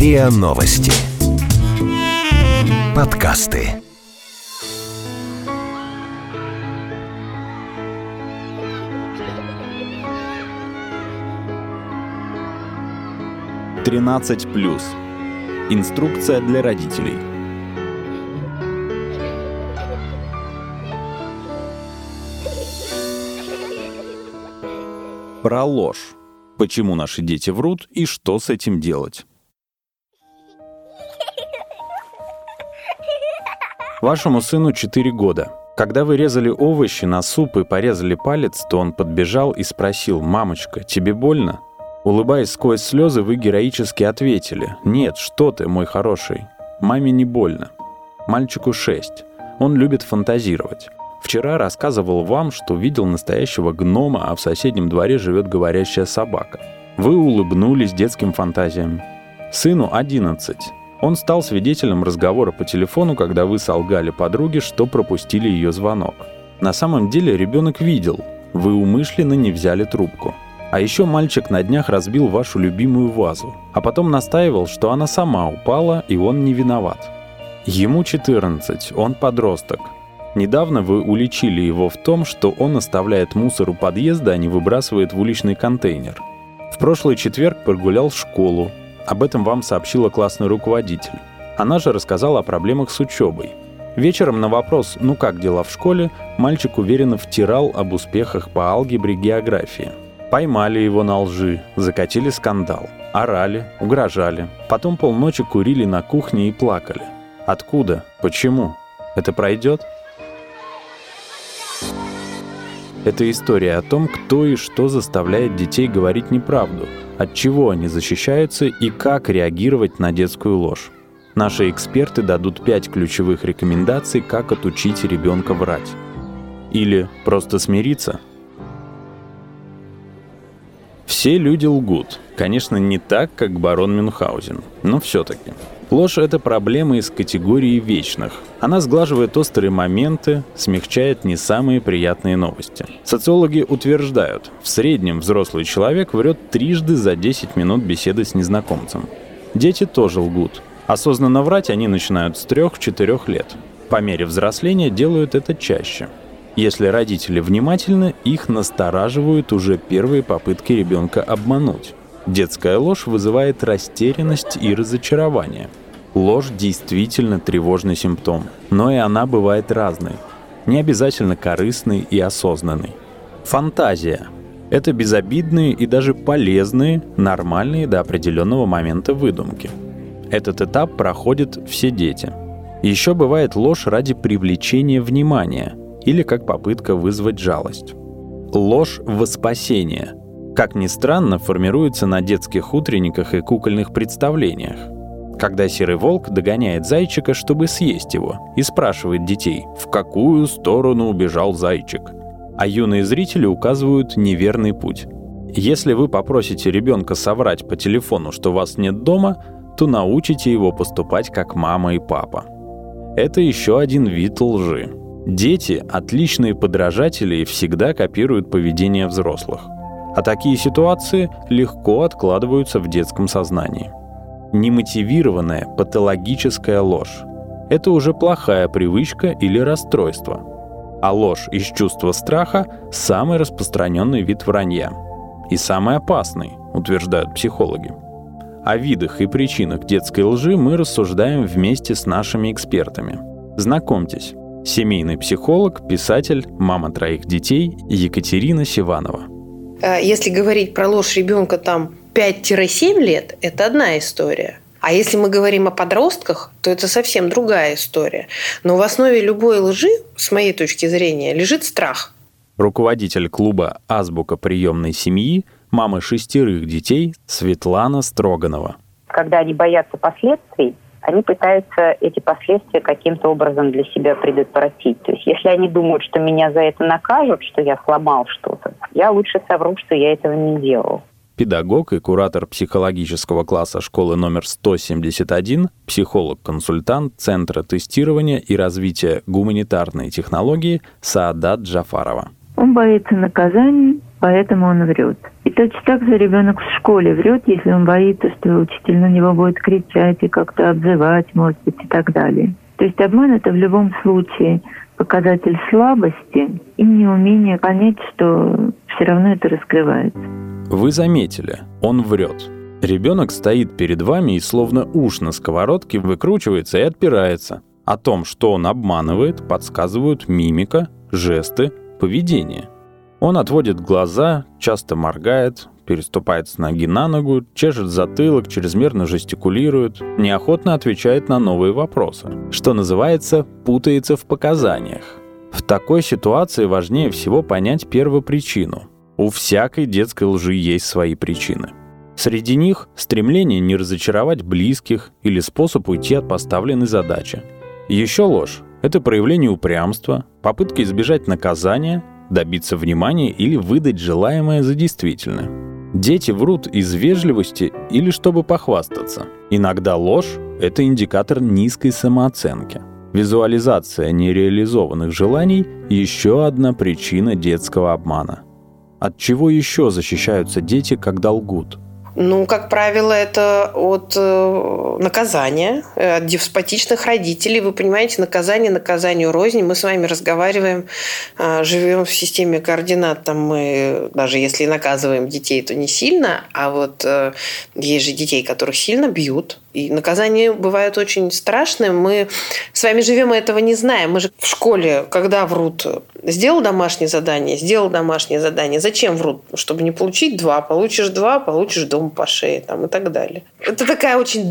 РИА Новости. Подкасты. «13+. Инструкция для родителей». Про ложь. Почему наши дети врут и что с этим делать? Вашему сыну 4 года. Когда вы резали овощи на суп и порезали палец, то он подбежал и спросил: «Мамочка, тебе больно?» Улыбаясь сквозь слезы, вы героически ответили: «Нет, что ты, мой хороший, маме не больно». Мальчику 6. Он любит фантазировать. Вчера рассказывал вам, что видел настоящего гнома, а в соседнем дворе живет говорящая собака. Вы улыбнулись детским фантазиям. Сыну 11. Он стал свидетелем разговора по телефону, когда вы солгали подруге, что пропустили ее звонок. На самом деле ребенок видел. Вы умышленно не взяли трубку. А еще мальчик на днях разбил вашу любимую вазу, а потом настаивал, что она сама упала, и он не виноват. Ему 14, он подросток. Недавно вы уличили его в том, что он оставляет мусор у подъезда, а не выбрасывает в уличный контейнер. В прошлый четверг прогулял школу. Об этом вам сообщила классный руководитель. Она же рассказала о проблемах с учебой. Вечером на вопрос «Ну как дела в школе?» мальчик уверенно втирал об успехах по алгебре и географии. Поймали его на лжи, закатили скандал, орали, угрожали. Потом полночи курили на кухне и плакали. Откуда? Почему? Это пройдет? Это история о том, кто и что заставляет детей говорить неправду, от чего они защищаются и как реагировать на детскую ложь. Наши эксперты дадут 5 ключевых рекомендаций, как отучить ребенка врать. Или просто смириться. Все люди лгут. Конечно, не так, как барон Мюнхгаузен, но все-таки. Ложь — это проблема из категории вечных. Она сглаживает острые моменты, смягчает не самые приятные новости. Социологи утверждают, в среднем взрослый человек врет трижды за 10 минут беседы с незнакомцем. Дети тоже лгут. Осознанно врать они начинают с 3-4 лет. По мере взросления делают это чаще. Если родители внимательны, их настораживают уже первые попытки ребенка обмануть. Детская ложь вызывает растерянность и разочарование. Ложь действительно тревожный симптом, но и она бывает разной. Не обязательно корыстной и осознанной. Фантазия — это безобидные и даже полезные, нормальные до определенного момента выдумки. Этот этап проходят все дети. Еще бывает ложь ради привлечения внимания или как попытка вызвать жалость. Ложь во спасение — как ни странно, формируется на детских утренниках и кукольных представлениях. Когда серый волк догоняет зайчика, чтобы съесть его, и спрашивает детей, в какую сторону убежал зайчик. А юные зрители указывают неверный путь. Если вы попросите ребенка соврать по телефону, что вас нет дома, то научите его поступать как мама и папа. Это еще один вид лжи. Дети — отличные подражатели и всегда копируют поведение взрослых. А такие ситуации легко откладываются в детском сознании. Немотивированная патологическая ложь — это уже плохая привычка или расстройство. А ложь из чувства страха — самый распространенный вид вранья. И самый опасный, утверждают психологи. О видах и причинах детской лжи мы рассуждаем вместе с нашими экспертами. Знакомьтесь, семейный психолог, писатель, мама 3 детей Екатерина Сиванова. Если говорить про ложь ребенка там 5-7 лет, это одна история. А если мы говорим о подростках, то это совсем другая история. Но в основе любой лжи, с моей точки зрения, лежит страх. Руководитель клуба «Азбука приемной семьи», мама 6 детей Светлана Строганова. Когда они боятся последствий, они пытаются эти последствия каким-то образом для себя предотвратить. То есть если они думают, что меня за это накажут, что я сломал что-то, я лучше совру, что я этого не делал. Педагог и куратор психологического класса школы номер 171, психолог-консультант Центра тестирования и развития гуманитарной технологии Саадат Джафарова. Он боится наказания, поэтому он врет. И точно так же ребенок в школе врет, если он боится, что учитель на него будет кричать и как-то обзывать, может быть, и так далее. То есть обман – это в любом случае показатель слабости и неумения понять, что все равно это раскрывается. Вы заметили, он врет. Ребенок стоит перед вами и словно уж на сковородке выкручивается и отпирается. О том, что он обманывает, подсказывают мимика, жесты, поведение. Он отводит глаза, часто моргает, переступает с ноги на ногу, чешет затылок, чрезмерно жестикулирует, неохотно отвечает на новые вопросы. Что называется, путается в показаниях. В такой ситуации важнее всего понять первопричину. У всякой детской лжи есть свои причины. Среди них стремление не разочаровать близких или способ уйти от поставленной задачи. Еще ложь – это проявление упрямства, попытка избежать наказания, добиться внимания или выдать желаемое за действительное. Дети врут из вежливости или чтобы похвастаться. Иногда ложь – это индикатор низкой самооценки. Визуализация нереализованных желаний – еще одна причина детского обмана. От чего еще защищаются дети, когда лгут? Как правило, это от наказания, от деспотичных родителей. Вы понимаете, наказание наказанию рознь. Мы с вами разговариваем, живем в системе координат. Там мы, даже если наказываем детей, то не сильно. А вот есть же детей, которых сильно бьют. И наказания бывают очень страшные. Мы с вами живем и этого не знаем. Мы же в школе, когда врут, сделал домашнее задание. Зачем врут? Чтобы не получить 2. Получишь 2, получишь дома по шее там, и так далее. Это такая очень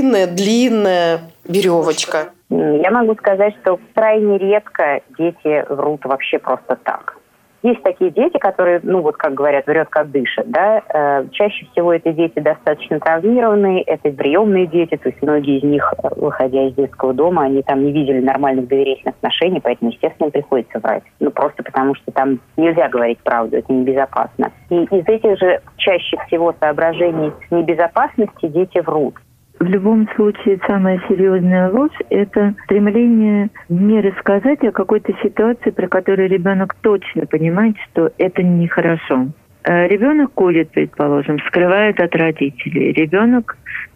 длинная веревочка. Я могу сказать, что крайне редко дети врут вообще просто так. Есть такие дети, которые, как говорят, врет как дышит, да. Чаще всего это дети достаточно травмированные, это приемные дети, то есть многие из них, выходя из детского дома, они там не видели нормальных доверительных отношений, поэтому, естественно, им приходится врать. Просто потому, что там нельзя говорить правду, это небезопасно. И из этих же чаще всего соображений небезопасности дети врут. В любом случае, самая серьезная ложь – это стремление не рассказать о какой-то ситуации, про которую ребенок точно понимает, что это нехорошо. Ребенок курит, предположим, скрывает от родителей. Ребенок,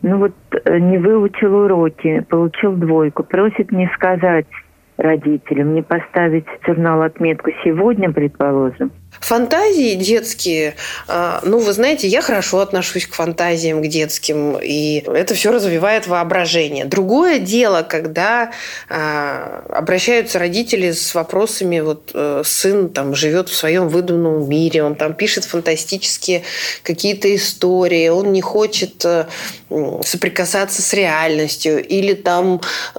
не выучил уроки, получил 2, просит не сказать родителям, не поставить в журнал отметку «сегодня», предположим. Фантазии детские, вы знаете, я хорошо отношусь к фантазиям, к детским, и это все развивает воображение. Другое дело, когда обращаются родители с вопросами, сын там живет в своем выдуманном мире, он там пишет фантастические какие-то истории, он не хочет соприкасаться с реальностью, или там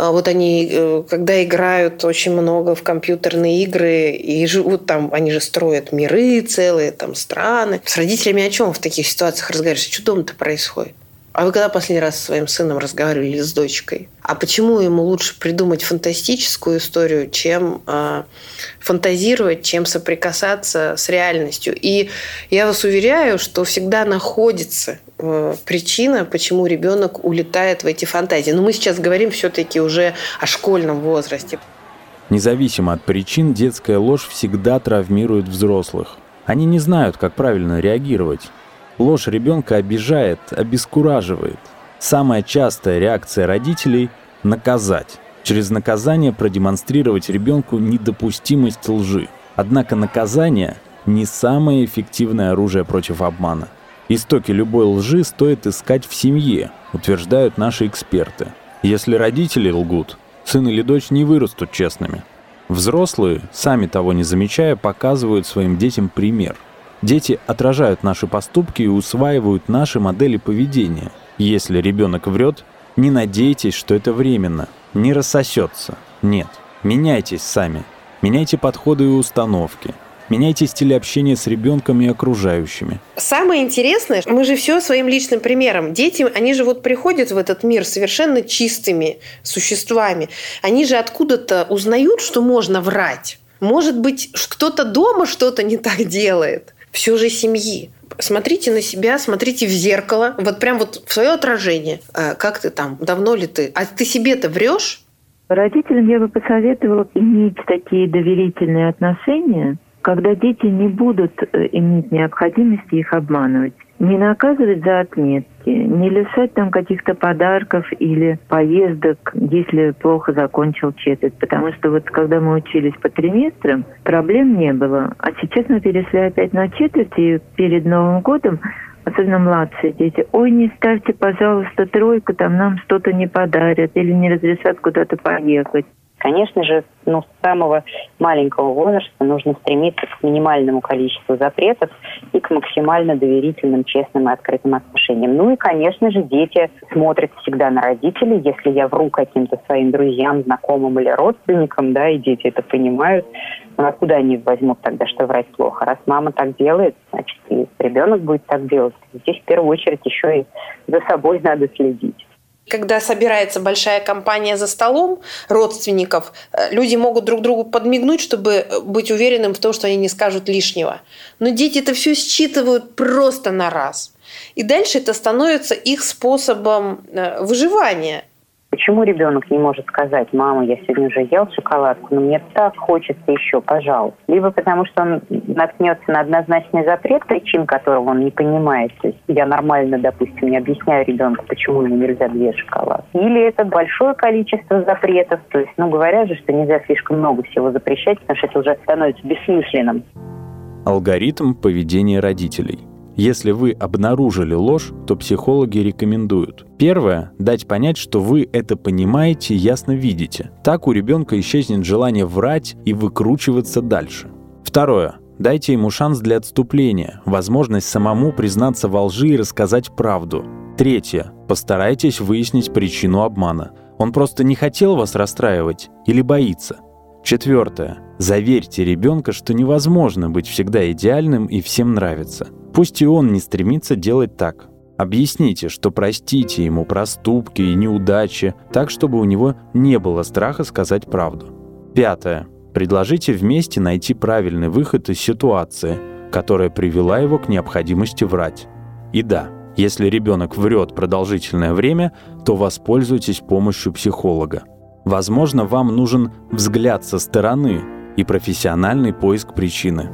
они, когда играют очень много в компьютерные игры и живут там, они же строят миры целые, там, страны. С родителями о чем в таких ситуациях разговариваешь? Что дома-то происходит? А вы когда последний раз со своим сыном разговаривали или с дочкой? А почему ему лучше придумать фантастическую историю, чем фантазировать, чем соприкасаться с реальностью? И я вас уверяю, что всегда находится причина, почему ребенок улетает в эти фантазии. Но мы сейчас говорим все-таки уже о школьном возрасте. Независимо от причин, детская ложь всегда травмирует взрослых. Они не знают, как правильно реагировать. Ложь ребенка обижает, обескураживает. Самая частая реакция родителей – наказать. Через наказание продемонстрировать ребенку недопустимость лжи. Однако наказание – не самое эффективное оружие против обмана. Истоки любой лжи стоит искать в семье, утверждают наши эксперты. Если родители лгут, сын или дочь не вырастут честными. Взрослые, сами того не замечая, показывают своим детям пример. Дети отражают наши поступки и усваивают наши модели поведения. Если ребенок врет, не надейтесь, что это временно, не рассосется. Нет, меняйтесь сами. Меняйте подходы и установки. Меняйте стиль общения с ребенком и окружающими. Самое интересное, мы же все своим личным примером. Дети, они же приходят в этот мир совершенно чистыми существами. Они же откуда-то узнают, что можно врать. Может быть, кто-то дома что-то не так делает. Все же семьи. Смотрите на себя, смотрите в зеркало, прям в свое отражение. Как ты там? Давно ли ты? А ты себе-то врешь? Родителям я бы посоветовала иметь такие доверительные отношения, когда дети не будут иметь необходимости их обманывать. Не наказывать за отметки, не лишать там каких-то подарков или поездок, если плохо закончил четверть. Потому что вот когда мы учились по триместрам, проблем не было. А сейчас мы перешли опять на четверть, и перед Новым годом, особенно младшие дети, ой, не ставьте, пожалуйста, тройку, там нам что-то не подарят или не разрешат куда-то поехать. Конечно же, с самого маленького возраста нужно стремиться к минимальному количеству запретов и к максимально доверительным, честным и открытым отношениям. Ну и, конечно же, дети смотрят всегда на родителей. Если я вру каким-то своим друзьям, знакомым или родственникам, да, и дети это понимают, откуда они возьмут тогда, что врать плохо? Раз мама так делает, значит, и ребенок будет так делать. Здесь в первую очередь еще и за собой надо следить. Когда собирается большая компания за столом родственников, люди могут друг другу подмигнуть, чтобы быть уверенным в том, что они не скажут лишнего. Но дети это все считывают просто на раз. И дальше это становится их способом выживания. Почему ребенок не может сказать: мама, я сегодня уже ел шоколадку, но мне так хочется еще, пожалуйста. Либо потому что он наткнется на однозначный запрет, причин которого он не понимает. То есть я нормально, допустим, не объясняю ребенку, почему ему нельзя 2 шоколадки. Или это большое количество запретов. То есть, говорят же, что нельзя слишком много всего запрещать, потому что это уже становится бессмысленным. Алгоритм поведения родителей. Если вы обнаружили ложь, то психологи рекомендуют. Первое – дать понять, что вы это понимаете и ясно видите. Так у ребенка исчезнет желание врать и выкручиваться дальше. Второе – дайте ему шанс для отступления, возможность самому признаться во лжи и рассказать правду. Третье – постарайтесь выяснить причину обмана. Он просто не хотел вас расстраивать или боится. Четвертое – заверьте ребенка, что невозможно быть всегда идеальным и всем нравиться. Пусть и он не стремится делать так. Объясните, что простите ему проступки и неудачи, так, чтобы у него не было страха сказать правду. Пятое. Предложите вместе найти правильный выход из ситуации, которая привела его к необходимости врать. И да, если ребенок врет продолжительное время, то воспользуйтесь помощью психолога. Возможно, вам нужен взгляд со стороны и профессиональный поиск причины.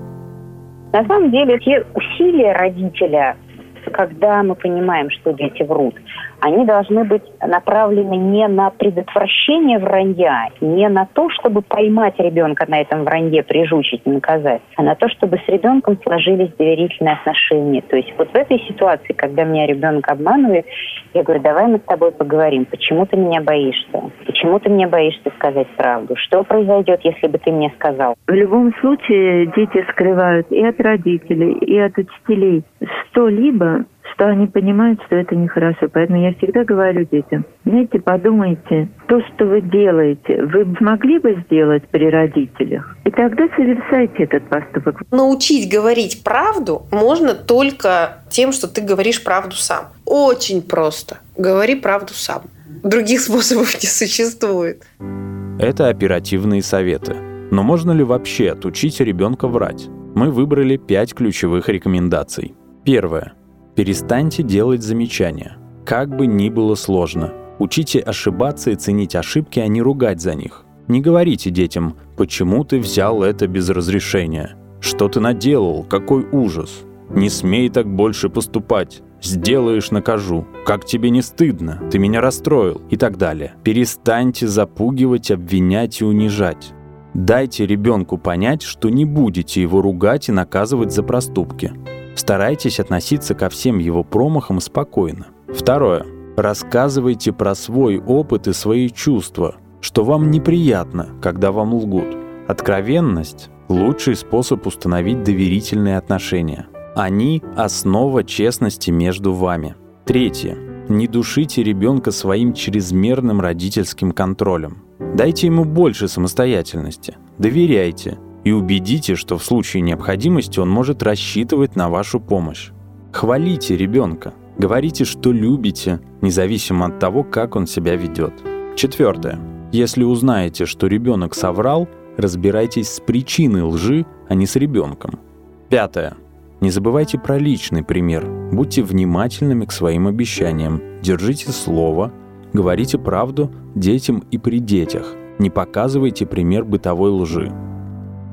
На самом деле, те усилия родителя, когда мы понимаем, что дети врут, они должны быть направлены не на предотвращение вранья, не на то, чтобы поймать ребенка на этом вранье, прижучить и наказать, а на то, чтобы с ребенком сложились доверительные отношения. То есть вот в этой ситуации, когда меня ребенок обманывает, я говорю: давай мы с тобой поговорим, почему ты меня боишься? Почему ты мне боишься сказать правду? Что произойдет, если бы ты мне сказал? В любом случае дети скрывают и от родителей, и от учителей что-либо, что они понимают, что это нехорошо. Поэтому я всегда говорю детям: знаете, подумайте, то, что вы делаете, вы могли бы сделать при родителях? И тогда совершайте этот поступок. Научить говорить правду можно только тем, что ты говоришь правду сам. Очень просто. Говори правду сам. Других способов не существует. Это оперативные советы. Но можно ли вообще отучить ребенка врать? Мы выбрали 5 ключевых рекомендаций. Первое. Перестаньте делать замечания. Как бы ни было сложно. Учите ошибаться и ценить ошибки, а не ругать за них. Не говорите детям: «Почему ты взял это без разрешения? Что ты наделал? Какой ужас! Не смей так больше поступать! Сделаешь — накажу! Как тебе не стыдно? Ты меня расстроил!» и так далее. Перестаньте запугивать, обвинять и унижать. Дайте ребенку понять, что не будете его ругать и наказывать за проступки. Старайтесь относиться ко всем его промахам спокойно. Второе. Рассказывайте про свой опыт и свои чувства, что вам неприятно, когда вам лгут. Откровенность – лучший способ установить доверительные отношения. Они – основа честности между вами. Третье. Не душите ребенка своим чрезмерным родительским контролем. Дайте ему больше самостоятельности. Доверяйте. И убедите, что в случае необходимости он может рассчитывать на вашу помощь. Хвалите ребенка. Говорите, что любите, независимо от того, как он себя ведет. Четвертое. Если узнаете, что ребенок соврал, разбирайтесь с причиной лжи, а не с ребенком. Пятое. Не забывайте про личный пример. Будьте внимательными к своим обещаниям. Держите слово. Говорите правду детям и при детях. Не показывайте пример бытовой лжи.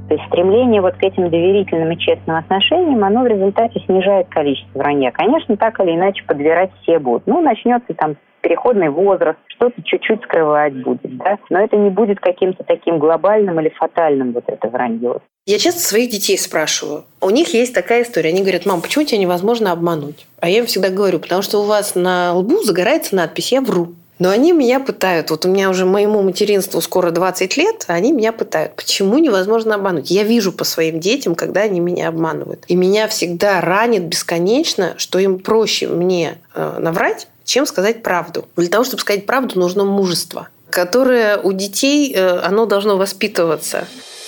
То есть стремление вот к этим доверительным и честным отношениям, оно в результате снижает количество вранья. Конечно, так или иначе подбирать все будут. Начнется там переходный возраст, что-то чуть-чуть скрывать будет, да, но это не будет каким-то таким глобальным или фатальным вот это вранье. Я часто своих детей спрашиваю. У них есть такая история. Они говорят: мам, почему тебя невозможно обмануть? А я им всегда говорю: потому что у вас на лбу загорается надпись «Я вру». Но они меня пытают. Вот у меня уже моему материнству скоро 20 лет, а они меня пытают. Почему невозможно обмануть? Я вижу по своим детям, когда они меня обманывают. И меня всегда ранит бесконечно, что им проще мне наврать, чем сказать правду. Для того, чтобы сказать правду, нужно мужество, которое у детей, оно должно воспитываться.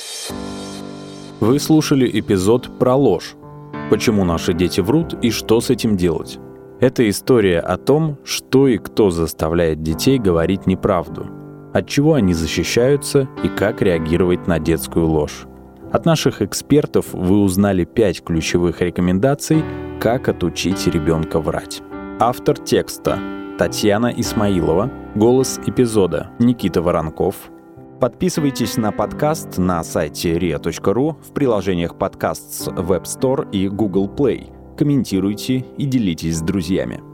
Вы слушали эпизод про ложь. Почему наши дети врут и что с этим делать? Это история о том, что и кто заставляет детей говорить неправду, от чего они защищаются и как реагировать на детскую ложь. От наших экспертов вы узнали 5 ключевых рекомендаций, как отучить ребенка врать. Автор текста – Татьяна Исмаилова, голос эпизода – Никита Воронков. Подписывайтесь на подкаст на сайте ria.ru, в приложениях подкаст с Web Store и Google Play. Комментируйте и делитесь с друзьями.